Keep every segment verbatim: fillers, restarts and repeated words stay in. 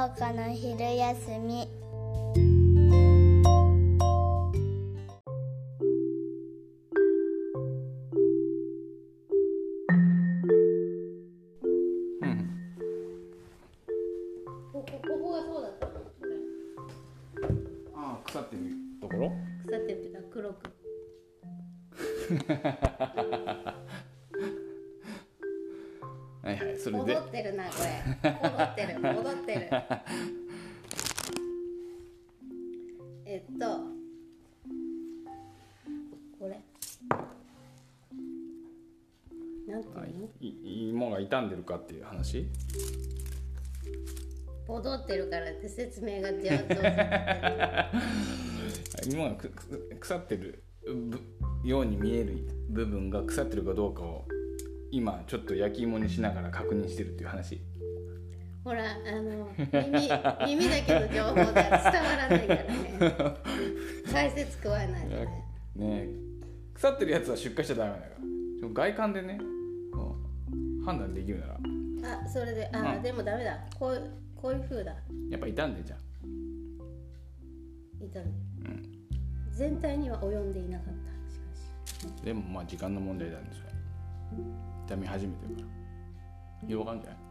やかな昼休み。 こここがそうだったの。 ああ、腐ってるところ？ 腐ってるっていうか黒く。 はいはい、それで戻ってるなこれ。戻ってる戻ってる。えっとこれなんていうの？ い芋が傷んでるかっていう話？ 戻ってるからって説明が上手になってる。 芋がく腐ってるように見える部分が腐ってるかどうかを今ちょっと焼き芋にしながら確認してるっていう話。 ほらあの耳耳だけの情報で伝わらないからね。解説加えないとね。 ねえ、腐ってるやつは出荷しちゃダメだから。外観でね、判断できるなら。 あ、それで、あ、うん、でもダメだ。こうこういう風だ。 やっぱ傷んでんじゃん。 傷んでる。 うん。 全体には及んでいなかった。しかし。 でもまあ時間の問題なんですよ。痛み始めてるから。色わかんじゃない？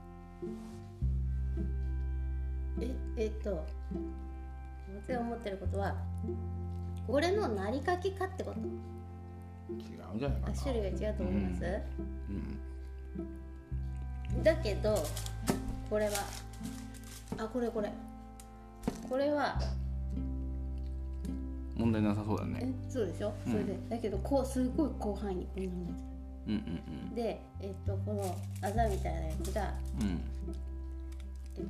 え、えっと、私が思ってることは、これのなりかけかってこと？ 違うんじゃないかな。 種類が違うと思います？ うんうん、だけどこれはあこれこれこれは問題なさそうだね。 えそうでしょ、うん、それでだけどこうすごい広範囲にこんなになってる、 うんうんうん、 で、えっと、このあざみたいなやつが、 うんえっ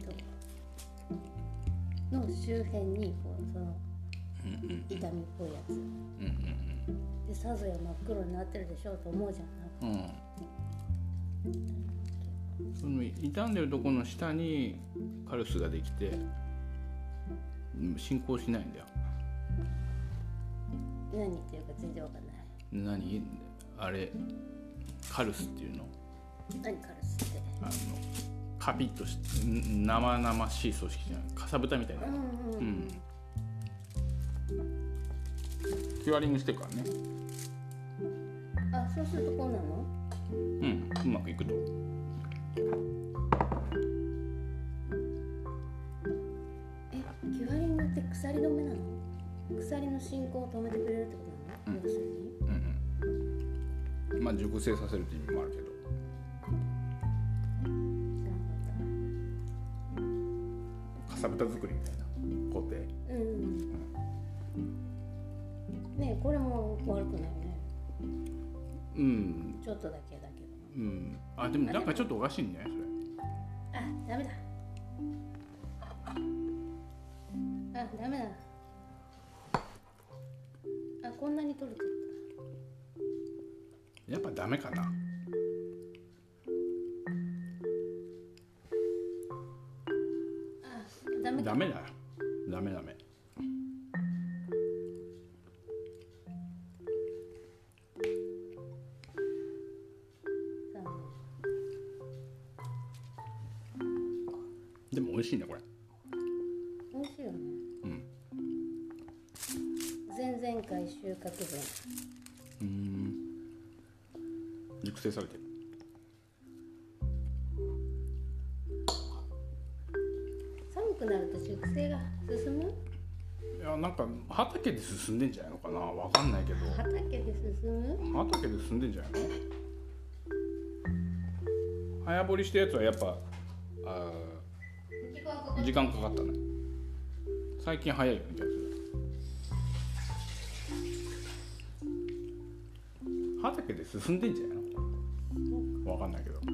と、の周辺にこうその、 うんうん、 痛みっぽいやつ、うんうんうん、 でさぞや真っ黒になってるでしょうと思うじゃん。 うん、その傷んでるところの下にカルスができて進行しないんだよ。 何言ってるか全然わかんない。 何あれカルスっていうの？ 何カルスって？ あのカピッとして生々しい組織じゃない、かさぶたみたいな、うんうんうん、キュアリングしてるからね。 あ、そうするとこうなの？ うん、うまくいくと。 え、キュアリングって鎖止めなの？鎖の進行を止めてくれるってことなの？要するに？ うんうん。まあ熟成させるって意味もあるけど。かさぶた作りみたいな工程。うん。うん、 ねえ、これも悪くないよね。 うん。 ちょっとだけだけど。 うん。あ、でもなんかちょっとおかしいんじゃないそれ。 あ、ダメだ。あ、ダメだ。あ、こんなに取れちゃった。 やっぱダメかな。 あ、ダメか。 ダメだ。ダメダメ。でも美味しいねこれ。 美味しいよね。 うん。 前々回収穫分。 うーん。熟成されてる。 寒くなると熟成が進む？ いやなんか畑で進んでんじゃないのかな。わかんないけど。 畑で進む？ 畑で進んでんじゃないの？早掘りしたやつはやっぱあ時間かかったね。最近早いよね。畑で進んでんじゃないの？わかんないけど。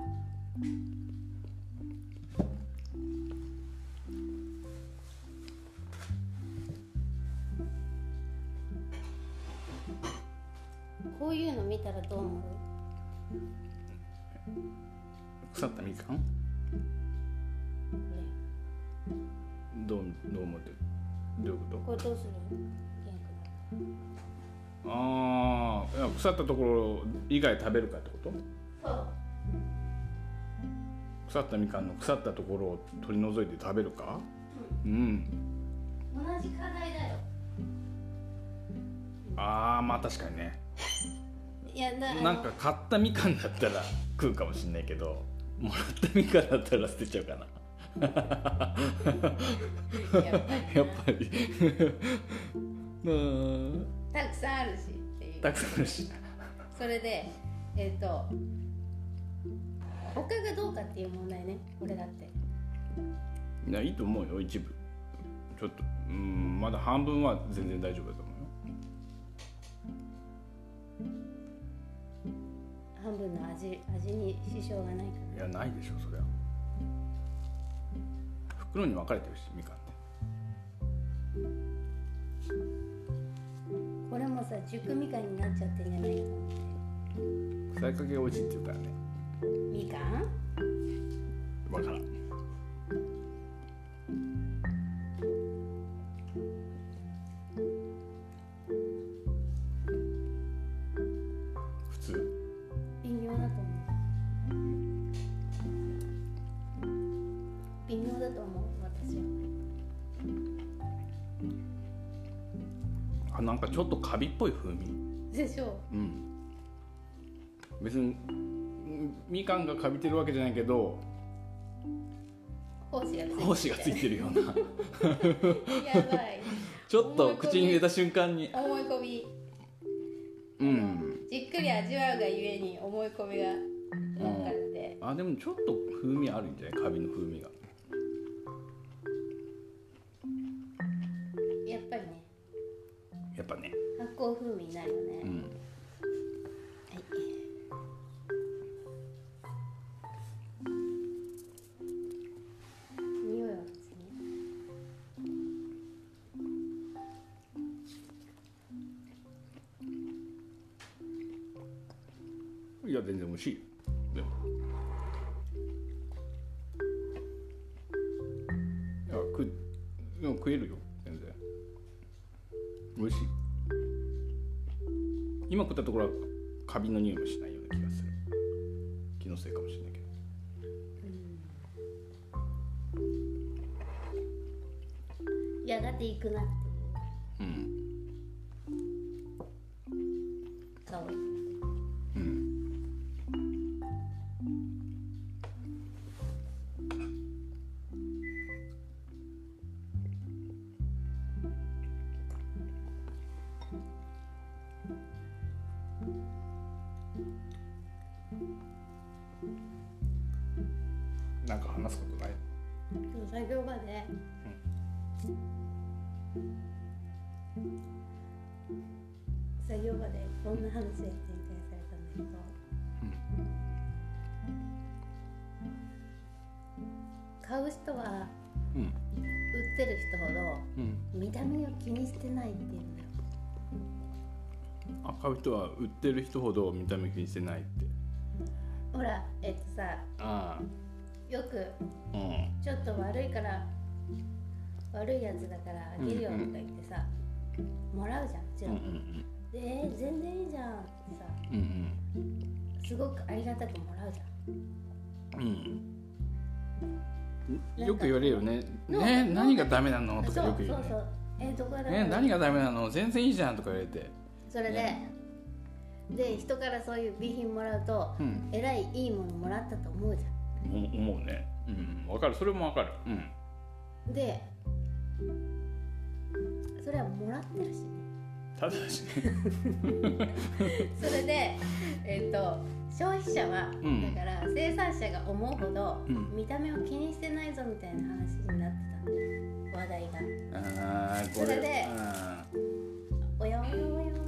こういうの見たらどう思う？ 腐ったみかん？どうどう思ってる？どういうこと？ これどうする？ ああ、腐ったところ以外食べるかってこと？ そう。 腐ったみかんの腐ったところを取り除いて食べるか。うん、うん、 同じ課題だよ。 ああまあ確かにね。 いやななんか買ったみかんだったら食うかもしんないけど、もらったみかんだったら捨てちゃうかな。 やっぱりやっぱりうんたくさんあるしっていう。 たくさんあるし。 それでえっ、ー、と他がどうかっていう問題ね。これだっていやいいと思うよ。一部ちょっとうんまだ半分は全然大丈夫だと思うよ。 半分の味味に支障がないかいやないでしょそれは。袋に分かれてるしみかんって。 これもさ熟みかんになっちゃってんじゃないかと思って。 腐りかけが美味しいって言うからね。 みかん分からん。普通微妙だと思う。微妙だと思う私は。 あなんかちょっとカビっぽい風味でしょう。うん別にみかんがカビてるわけじゃないけど胞子がついてる胞子がついてるようなやばいちょっと口に入れた瞬間に思い込み、 うんじっくり味わうがゆえに思い込みが乗っかって、 あでもちょっと風味あるんじゃないカビの風味が。 やっぱりねやっぱね発酵風味になるよね、 うんはい匂いは別にいや全然美味しい。でもいや食でも食えるよ全然美味しい。今食ったところはカビの匂いもしないような気がする。気のせいかもしれないけど。 やがていくなっていううん香り。 うんなんか話すことない？ 作業場で、作業場でこんな話が展開されたんだけど、買う人はうん売ってる人ほどうん見た目を気にしてないっていうんだよ。 あ買う人は売ってる人ほど見た目気にしてないって。 ほらえっとさあよくあうんちょっと悪いから悪いやつだからあげるよとか言ってさ、もらうじゃんもちろん、 うんうんでえー全然いいじゃんってさうんうんすごくありがたくもらうじゃん。 うんよく言われるよね。 のねの何がダメなのとかよく言うよね。 そうそうそうえー、どこがダメね何がダメなの全然いいじゃんとか言われて。 それで、 ねで人からそういう備品もらうと、 うんえらいいいものもらったと思うじゃお思うね。うんわかるそれもわかる。うんん。でそれはもらってるしね。 ただしねそれでえっ、と消費者は、 うん、 だから生産者が思うほど、 うん、 見た目を気にしてないぞみたいな話になってたんだよ話題が。 あーこれそれであおやおやおやおや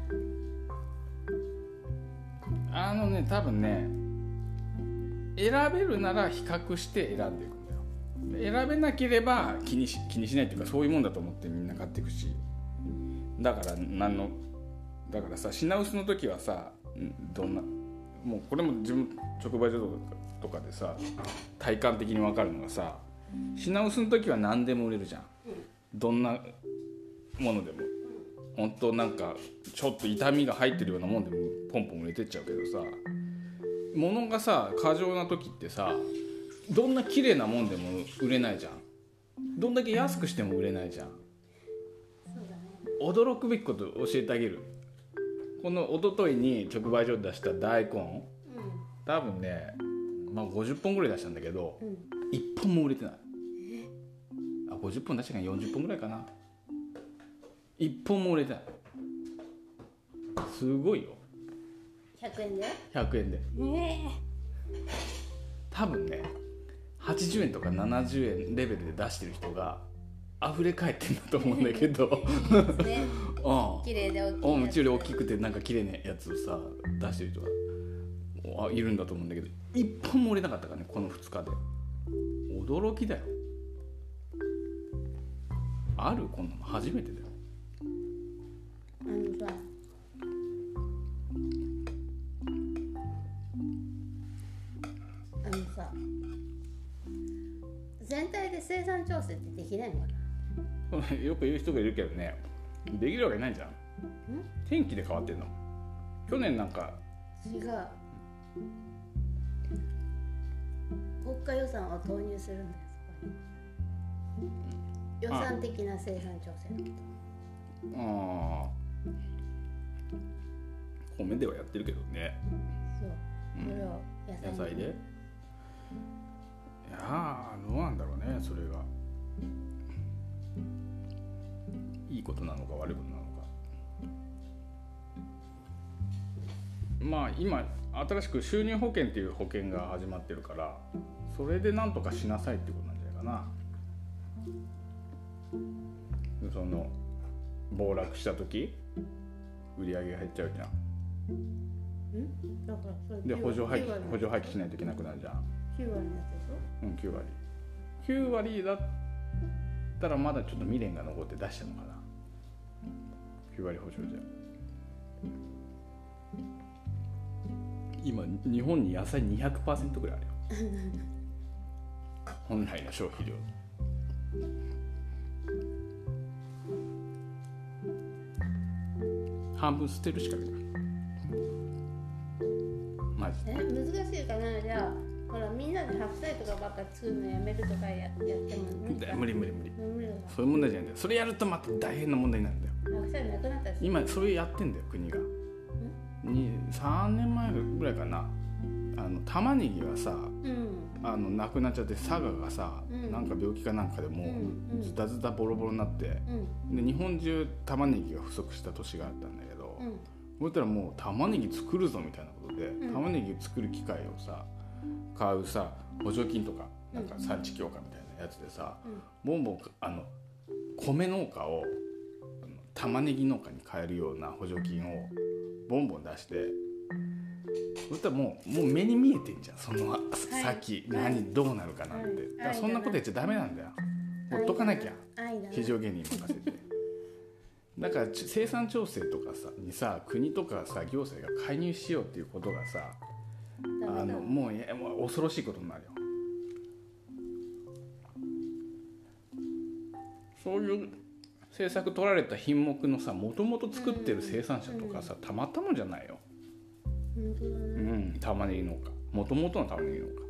あのね多分ね選べるなら比較して選んでいくんだよ。選べなければ気にし気にしないっていうかそういうもんだと思ってみんな買っていくし、だから何のだからさ品薄の時はさどんなもうこれも自分直売所とかでさ体感的に分かるのがさ品薄の時は何でも売れるじゃん。どんなものでも本当なんかちょっと痛みが入ってるようなもんでもポンポン売れてっちゃうけどさ物がさ過剰な時ってさどんな綺麗なもんでも売れないじゃん。どんだけ安くしても売れないじゃん。 そうだね。 驚くべきこと教えてあげる。この一昨日に直売所で出した大根、 うん、 多分ね、まあ、ごじゅっぽんぐらい出したんだけど、 うん、 いっぽんも売れてない。あ、ごじゅっぽん出したからよんじゅっぽんぐらいかな。いっぽんも売れてない。すごいよ。 ひゃくえんでひゃくえんで。 ええ多分ねはちじゅうえんとかななじゅうえんレベルで出してる人が溢れ返ってんだと思うんだけどね、 うん、 綺麗で大きいやつ、 うん、うちより大きくてなんか綺麗なやつをさ出してる人があいるんだと思うんだけど、一本も売れなかったからね、このふつかで。驚きだよ。ある？こんなの初めてだよ。 あのさ、あのさ、全体で生産調整ってできないのかな。 よく言う人がいるけどね、できるわけないじゃん。天気で変わってんの。去年なんか違う、国家予算を投入するんだよ、そこに。予算的な生産調整のこと。 ああ米ではやってるけどね。 そう、それを野菜で。いやー、どうなんだろうね、それがいいことなのか悪いことなのか。まあ今新しく収入保険っていう保険が始まってるから、それでなんとかしなさいってことなんじゃないかな。その暴落した時売り上げが減っちゃうじゃん。 んだからそれで補助廃棄補助廃棄棄しないといけなくなるじゃん。 きゅうわりのやつでしょ。 うん、きゅうわりきゅうわりだったらまだちょっと未練が残って出したのかな。きゅうわり補助じゃ。今日本に野菜 にひゃくパーセント ぐらいあるよ本来の消費量。半分捨てるしかない。マジで。 え、難しいかな。じゃあほら、みんなで白菜とかばっか作るのやめるとか や, やっても無理無理無理。 無理だ。 そういう問題じゃないんだよ。それやるとまた大変な問題になるんだよ。 白菜なくなったし。 今それやってんだよ、国が。さんねんまえぐらいかな。あの玉ねぎがさ、 うん、 あのなくなっちゃって、佐賀がさ、うん、なんか病気かなんかでもうズタズタボロボロになって、うん、で日本中玉ねぎが不足した年があったんだけど、うん、そしたらもう玉ねぎ作るぞみたいなことで、うん、玉ねぎ作る機械をさ買うさ補助金とかなんか産地強化みたいなやつでさ、うん、ボンボンあの米農家を玉ねぎ農家に変えるような補助金をボンボン出して、そしたらもう、もう目に見えてんじゃん、その先、はい、何どうなるかなんて、はい、だからそんなこと言っちゃダメなんだよ。ほっとかなきゃ、非常芸人に任せて。だから生産調整とかさにさ、国とかさ行政が介入しようっていうことがさ、あのもう、いやもう恐ろしいことになるよ。そういう政策取られた品目のさ、もともと作ってる生産者とかさ、たまったもんじゃないよ。 本当だね。 うん、玉ねぎ農家、もともとの玉ねぎ農家、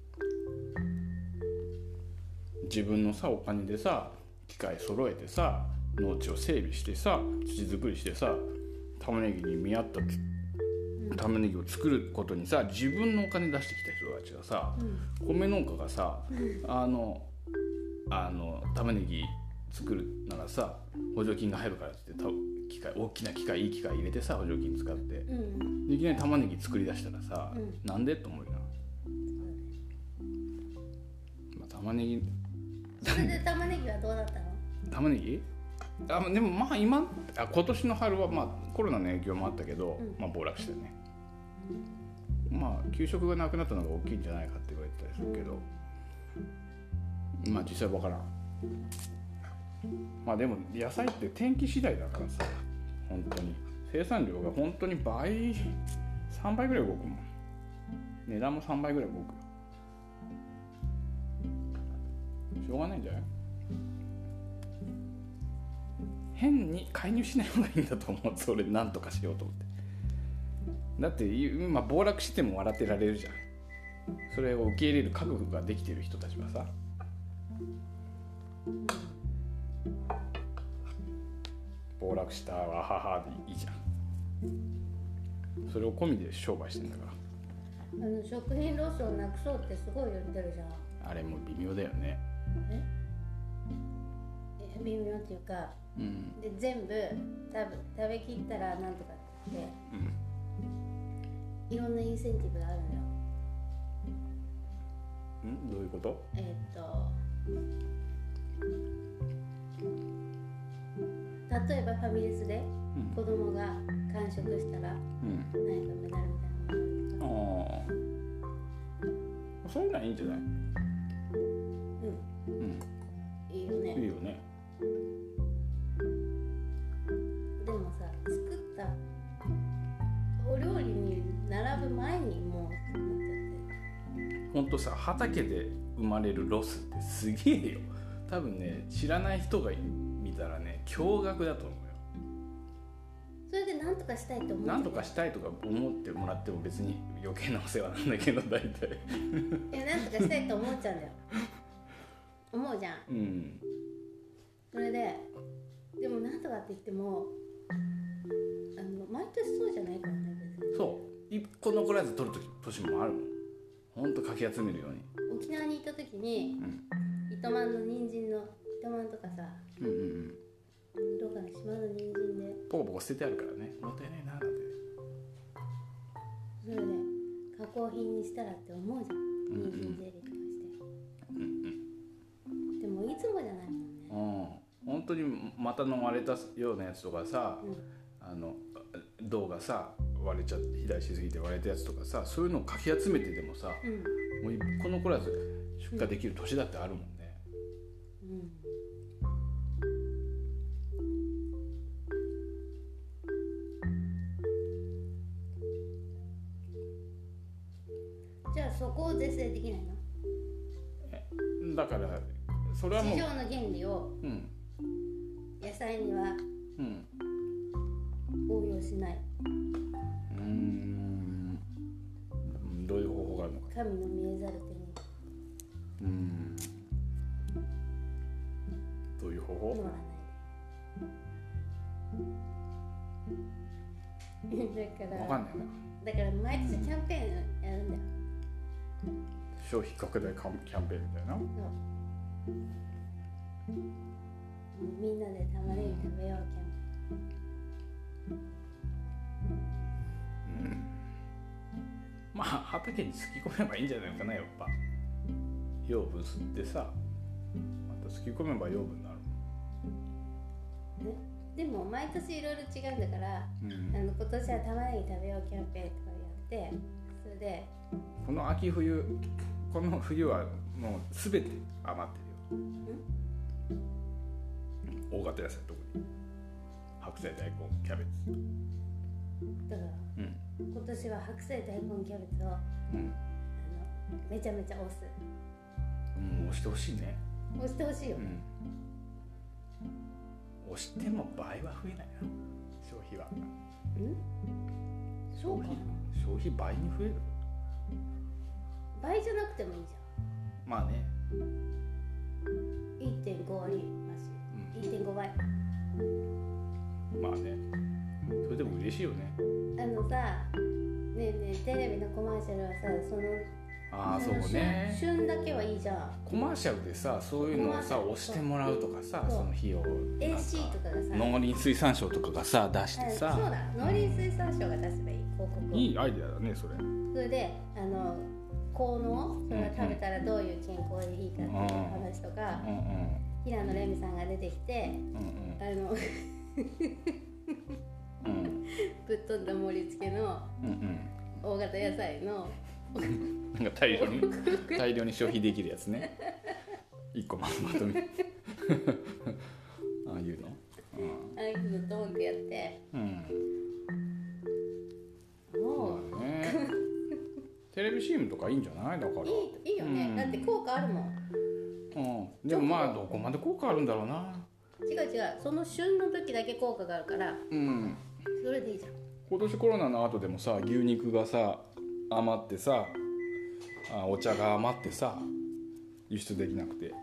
自分のさお金でさ機械揃えてさ農地を整備してさ土作りしてさ玉ねぎに見合った玉ねぎを作ることにさ自分のお金出してきた人たちがさ、うん、米農家がさ、うん、あのあの玉ねぎ作るならさ補助金が入るからって機械大きな機械いい機械入れてさ補助金使って、うん、いきなり玉ねぎ作り出したらさ、うん、なんでと思うよな、まあ、玉ねぎそれで玉ねぎはどうだったの？ 玉ねぎあでもまあ今あ今年の春はまあコロナの影響もあったけど、うん、まあ暴落してね、うん、まあ給食がなくなったのが大きいんじゃないかって言われてたりするけど、うん、まあ実際わからん。まあでも野菜って天気次第だからさ、本当に生産量が本当に倍さんばいぐらい動くもん。値段もさんばいぐらい動くよ。しょうがないんじゃない？変に介入しない方がいいんだと思う。それなんとかしようと思って。だって今暴落しても笑ってられるじゃん。 それを受け入れる覚悟ができてる人たちはさ、暴落したわははでいいじゃん。それを込みで商売してんだから。 あの食品ロスをなくそうってすごい言ってるじゃん。 あれも微妙だよね。 ええ微妙っていうか、 うん、 で全部食べ食べきったらなんとかって、うん、いろんなインセンティブがあるんだよ。 んどういうこと？ えー、っと例えばファミレスで子供が完食したら何かメダルみたいなのがある。 ああ、そういうのはいいんじゃない？うん、 うん、いいよね。 いいよね。 でもさ、作ったお料理に並ぶ前にもうなっちゃって。 ほんとさ、畑で生まれるロスってすげえよ。多分ね、知らない人が見たらね、驚愕だと思うよ。 それで何とかしたいと思う。 何とかしたいとか思ってもらっても別に余計なお世話なんだけど、大体いや、何とかしたいと思っちゃうんだよ。思うじゃん。 うん。 それででも何とかって言ってもあの毎年そうじゃないからね。別にそう一個残らず取る年もあるもん。ほんとかき集めるように。 沖縄に行った時に、うん、糸満の人参の糸満とかさ、うんうんうん、どっかの島の人参でポコポコ捨ててあるからね、もったいないななんて。 それで加工品にしたらって思うじゃん、うんうん、人参ゼリーとかして、うんうん、でもいつもじゃないもんね。 うん、本当に股の割れたようなやつとかさ、うん、あの銅がさ割れちゃって肥大しすぎて割れたやつとかさ、そういうのをかき集めてでもさ、うん、もうこのこらず出荷できる年だってあるもんね。 うん、じゃあそこを是正できないの？ えだからそれはもう市場の原理を野菜には応用しない。 うーん、どういう方法があるのか。 神の見えざる手に。 うーん、どういう方法？ 乗らないで。だから分かんないな。 だから毎年キャンペーンやるんだよ。 消費拡大キャンペーンみたいな。そう。 みんなで玉ねぎ食べようキャンペーン。 うん。まあ畑に突き込めばいいんじゃないかな、やっぱ。養分吸ってさ、また突き込めば養分になる。 ね、でも毎年いろいろ違うんだから、うん、あの今年は玉ねぎ食べようキャンペーンとかやって、それでこの秋冬、この冬はもうすべて余ってるよ。大型野菜特に白菜、大根、キャベツ。 だから、うん、今年は白菜、大根、キャベツを、うん、あのめちゃめちゃ押す。 うん、押してほしいね。 押してほしいよ。 うん、押しても倍は増えないな、消費は。 うんそうかな。 消費倍に増える。 倍じゃなくてもいいじゃん。まあね。 いってんご 割増し、うん、いってんごばい。 まあね。それでも嬉しいよね。 あのさ、ねえねえ、テレビのコマーシャルはさ、そのああそうね、 旬だけはいいじゃん。 コマーシャルでさ、そういうのをさ押してもらうとかさ、 そ, その費用エーシー とかがさ、 農林水産省とかがさ出してさ、 そうだ、農林水産省が出せばいい広告を。 いいアイデアだねそれ。 それであの効能、それを食べたらどういう健康にいいかっていう話とか、うんうん、平野レミさんが出てきて、うんうん、あのうん、ぶっ飛んだ盛り付けの大型野菜のなんか大量に大量に消費できるやつね。一個まとめああいうの、 うん、ああいうのドンってやって、うん、もう、ね、 テレビ シーエム とかいいんじゃない？だからいい、いいよね、うん、だって効果あるもん。 うん、でもまあどこまで効果あるんだろうな。 違う違う、その旬の時だけ効果があるから、うん、それでいいじゃん。 今年コロナの後でもさ、牛肉がさ余ってさ、 あお茶が余ってさ輸出できなくて、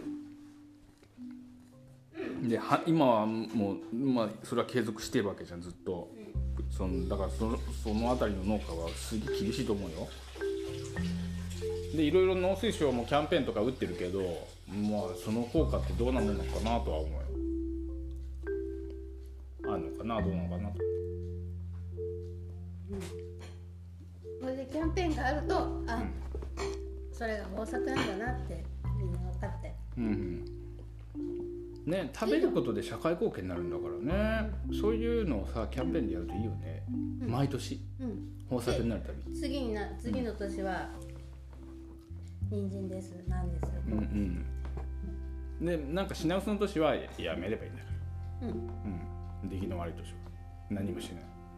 うん、では今はもう、まあ、それは継続してるわけじゃんずっと、うん、そのだからその、その辺りの農家はすげえ厳しいと思うよ。でいろいろ農水省もキャンペーンとか打ってるけど、まあ、その効果ってどうなものかなとは思うよ。あるのかなどうなのかなと、 うん、それでキャンペーンがあるとあ、うん、それが豊作なんだなってみんな分かって、うんうん、ね、食べることで社会貢献になるんだからね、うん、そういうのをさキャンペーンでやるといいよね、うん、毎年、うん、豊作になるたび次にな次の年は、うん、人参ですなんですよ、うんうん、でなんか品薄の年はやめればいいんだから、うんうん出来の悪い年は何もし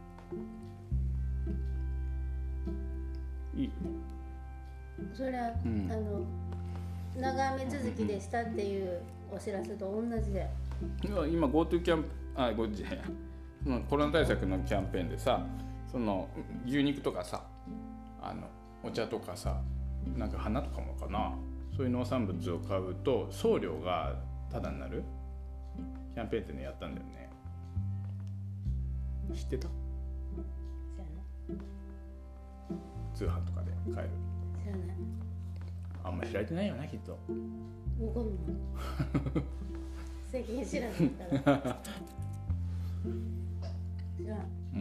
ないいいそれは、うん、あの長雨続きでしたっていうお知らせと同じで今 GoTo キャンプあごじコロナ対策のキャンペーンでさその牛肉とかさあのお茶とかさなんか花とかもかなそういう農産物を買うと送料がタダになるキャンペーンってねやったんだよね。知ってた？通販とかで買える。 知らない。 あんま知られてないよなきっと。 わかんない。世間知らないから。知らん。うん。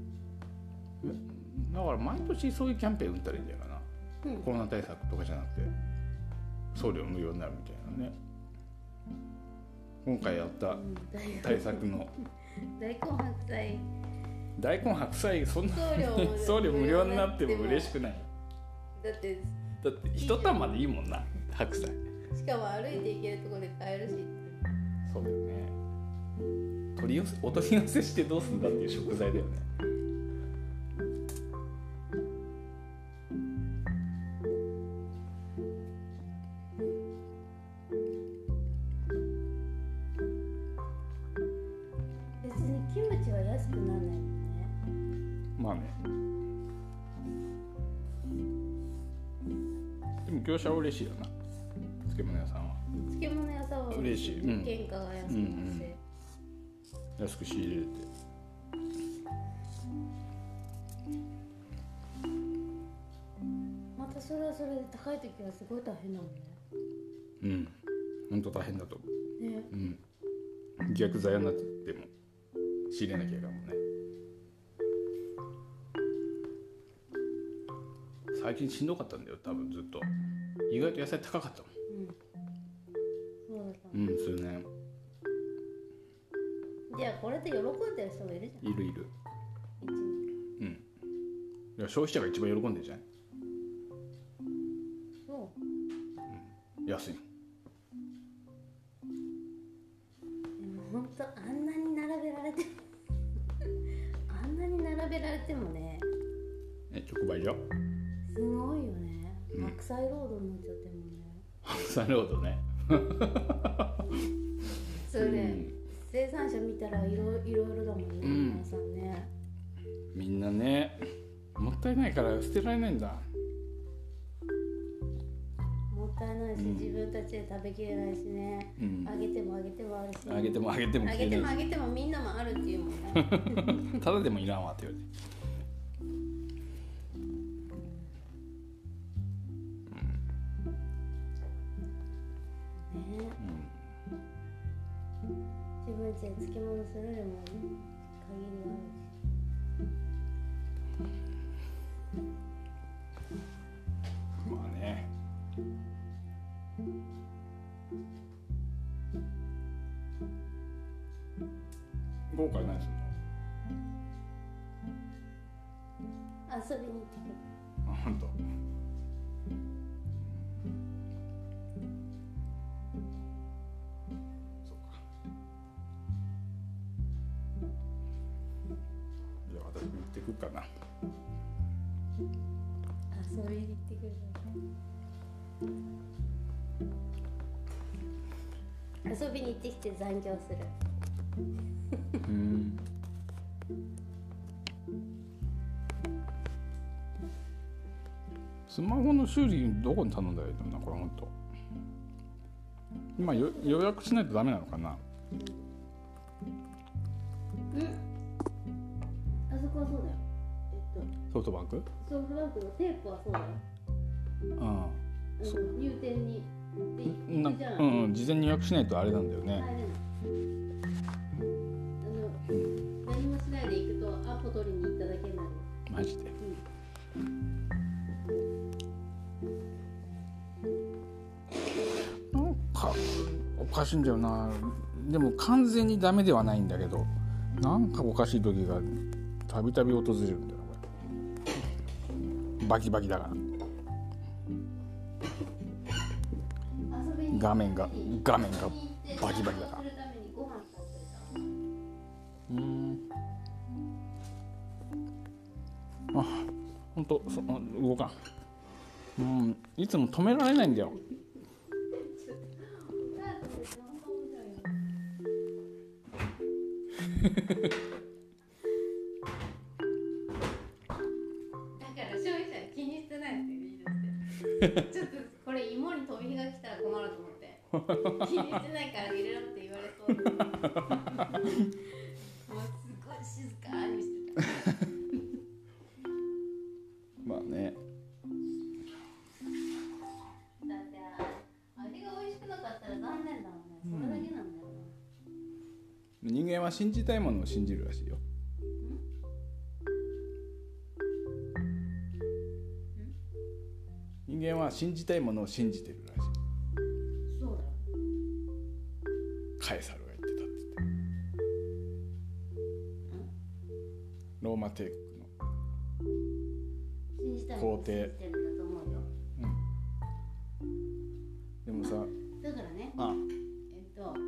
だから毎年そういうキャンペーン打ったらいいんじゃないかな、うん、コロナ対策とかじゃなくて送料無料になるみたいなね。今回やった対策の大根白菜大根白菜そんなに送料無料になっても嬉しくない？ だってだって一玉でいいもんな白菜。 しかも歩いて行けるところで買えるし。 そうだよね。取り寄せお取り寄せしてどうすんだっていう食材だよね。まあね。でも業者は嬉しいよな。漬物屋さんは。 漬物屋さんは嬉しい。うん、 原価が安くて、うんうん、 安く仕入れれて。 またそれはそれで高い時はすごい大変だもんね。 うん。本当大変だと思う。ね。うん。逆材になっても仕入れなきゃいけないもんね。最近しんどかったんだよ多分ずっと。意外と野菜高かったもん。 うん、そうだった。 うん、数年。 じゃあこれで喜んでる人もいるじゃん。 いるいる。うん。いや消費者が一番喜んでるじゃん。そう。うん。安い。でも本当あんなに並べられてあんなに並べられてもね。 え、直売所？ すごいよね。白菜ロードになっちゃってるもんね。 白菜ロードね。 それで、うん、生産者見たらいろいろいろだもんね、うん、皆さんね。 みんなね、もったいないから捨てられないんだ。 もったいないし、うん、自分たちで食べきれないしね。うん、あげてもあげてもあるし、ね。 あげてもあげてもあげてもあげてもみんなもあるっていうもんね。 ただでもいらんわって言われて。 自分ちで漬物するよりも限りがあるし。 まあね。午後から何するの？遊びに行ってくる。 あ、本当。行くかな。 遊びに行ってくる。遊びに行ってきて残業する。うん。 スマホの修理どこに頼んだらいいのなこれほんと。今よ予約しないとダメなのかな。 うん、あそこはそうだよ。えっとソフトバンクソフトバンクのテープはそうだよ。 うんあの入店にでなんかうんうん事前に予約しないとあれなんだよね。 入れない。あの何もしないで行くとアポ取りに行っただけになる。 マジで。なんかおかしいんだよな。でも完全にダメではないんだけど、なんかおかしい時がたびたび訪れるんだよこれ。バキバキだから画面が画面がバキバキだから。うーんあ、ほんとそ動かん。うんいつも止められないんだよ。 だから消費者気にしてないって言い出してちょっとこれ芋に飛び火が来たら困ると思って気にしてないから入れろって言われそうもうすごい静かにしてたまあね。 だって味が美味しくなかったら残念だもんね。それだけなんだよな、 うん、人間は信じたいものを信じるらしいよ。人間は信じたいものを信じてるらしい。 そうだよ。 カエサルが言ってたって言って。ローマ帝国の信じたい皇帝。 信じてるんだと思うよ。 うん、でもさだからねあえっと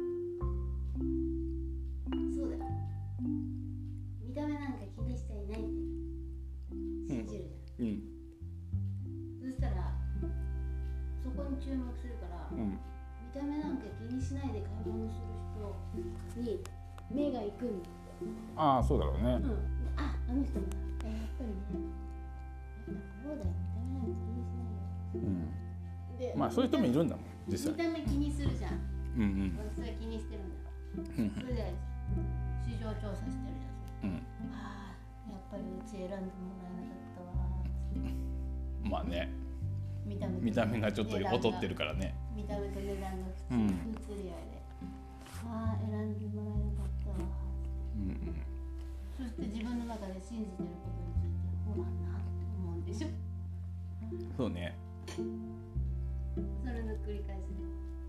そうだよ。見た目なんか気にしちゃいないって信じるじゃん、 うんそしたらそこに注目するから、 うん、 見た目なんか気にしないで買い物する人に目が行くんだって。 ああそうだろうね、 うん、あ、あの人もだ、えやっぱりねそうだよ、見た目なんか気にしないよ、 うん、 でまあそういう人もいるんだもん実際。 見た目気にするじゃん。 うんうん私は気にしてるんだ。 うんそれで市場調査してるじゃん。 うんああ、やっぱりうち選んでもらえなかったわー。 まあね見た目見た目がちょっと劣ってるからね。 見た目と値段が普通、 うん不釣り合いで、ああ選んでもらえなかったわー。 うんうん、 そして自分の中で信じてることについてほらなって思うんでしょ。 そうね。 それの繰り返しで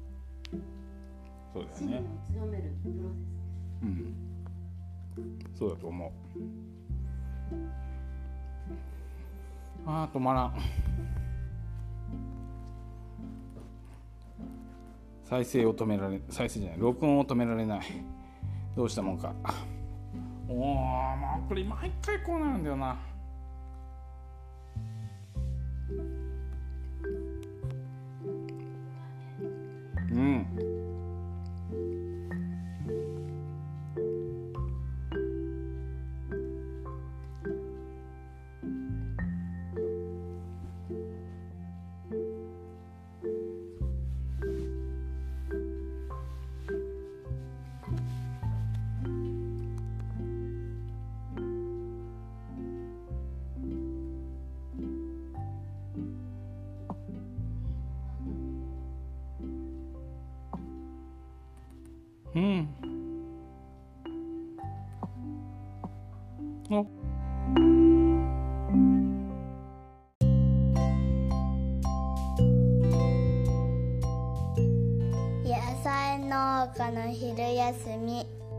そうだ信念をね。 強めるプロセス。 うん。そうだと思う。ああ止まらん。再生を止められ再生じゃない録音を止められない。どうしたもんか。おおもうこれ毎回こうなるんだよな。うんうんお野菜農家の昼休み。